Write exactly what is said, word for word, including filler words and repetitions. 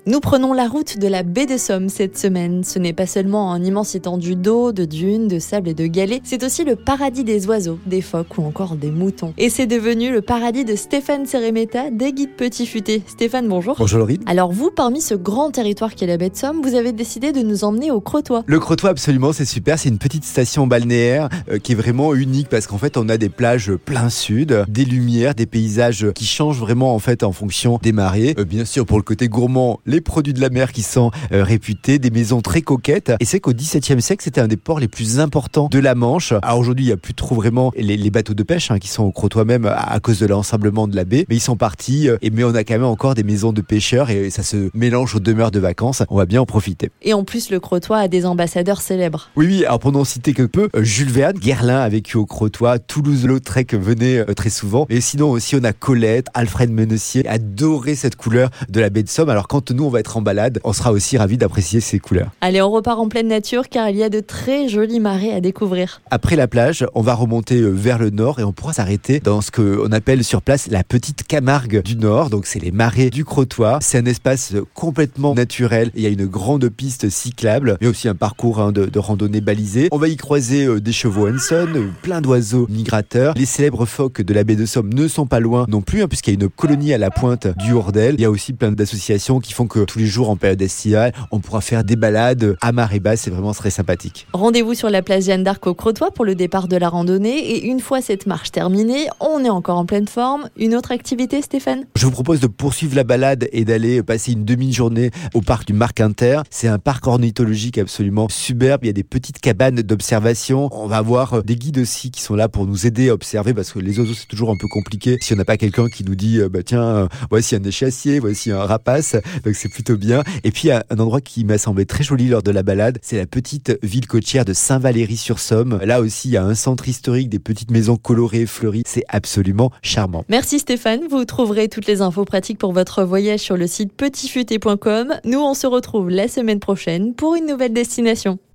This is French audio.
Nous prenons la route de la baie de Somme cette semaine. Ce n'est pas seulement un immense étendue d'eau, de dunes, de sable et de galets, c'est aussi le paradis des oiseaux, des phoques ou encore des moutons. Et c'est devenu le paradis de Stéphane Seremeta, des guides Petit Futé. Stéphane, bonjour. Bonjour Laurine. Alors vous, parmi ce grand territoire qu'est la baie de Somme, vous avez décidé de nous emmener au Crotoy. Le Crotoy, absolument, c'est super. C'est une petite station balnéaire euh, qui est vraiment unique parce qu'en fait, on a des plages plein sud, des lumières, des paysages qui changent vraiment en fait en fonction des marées. Euh, bien sûr, pour le côté gourmand, les produits de la mer qui sont euh, réputés, des maisons très coquettes. Et c'est qu'au dix-septième siècle, c'était un des ports les plus importants de la Manche. Alors aujourd'hui, il n'y a plus trop vraiment les, les bateaux de pêche hein, qui sont au Crotoy même à, à cause de l'ensablement de la baie, mais ils sont partis. Euh, et mais on a quand même encore des maisons de pêcheurs et, et ça se mélange aux demeures de vacances. On va bien en profiter. Et en plus, le Crotoy a des ambassadeurs célèbres. Oui, oui. Alors pour n'en citer que peu, euh, Jules Verne, Guerlain a vécu au Crotoy, Toulouse-Lautrec venait euh, très souvent. Et sinon aussi, on a Colette, Alfred Menessier, adoré cette couleur de la baie de Somme. Alors quand nous on va être en balade, on sera aussi ravis d'apprécier ces couleurs. Allez, on repart en pleine nature car il y a de très jolies marées à découvrir. Après la plage, on va remonter vers le nord et on pourra s'arrêter dans ce qu'on appelle sur place la petite Camargue du Nord. Donc c'est les marais du Crotoy. C'est un espace complètement naturel. Il y a une grande piste cyclable, mais aussi un parcours hein, de, de randonnée balisé. On va y croiser euh, des chevaux Henson, euh, plein d'oiseaux migrateurs. Les célèbres phoques de la baie de Somme ne sont pas loin non plus, hein, puisqu'il y a une colonie à la pointe du Hordel. Il y a aussi plein d'associations qui font que tous les jours en période estivale, on pourra faire des balades à marée basse. C'est vraiment très sympathique. Rendez-vous sur la place Jeanne d'Arc au Crotoy pour le départ de la randonnée. Et une fois cette marche terminée, on est encore en pleine forme. Une autre activité, Stéphane ? Je vous propose de poursuivre la balade et d'aller passer une demi-journée au parc du Marc-Inter. C'est un parc ornithologique absolument superbe. Il y a des petites cabanes d'observation. On va avoir des guides aussi qui sont là pour nous aider à observer parce que les oiseaux, c'est toujours un peu compliqué si on n'a pas quelqu'un qui nous dit bah tiens, voici un échassier, voici un rapace. Donc c'est plutôt bien. Et puis il y a un endroit qui m'a semblé très joli lors de la balade. C'est la petite ville côtière de Saint-Valery-sur-Somme. Là aussi, il y a un centre historique, des petites maisons colorées et fleuries. C'est absolument charmant. Merci Stéphane. Vous trouverez toutes les infos pratiques pour votre voyage sur le site petit futé point com. Nous, on se retrouve la semaine prochaine pour une nouvelle destination.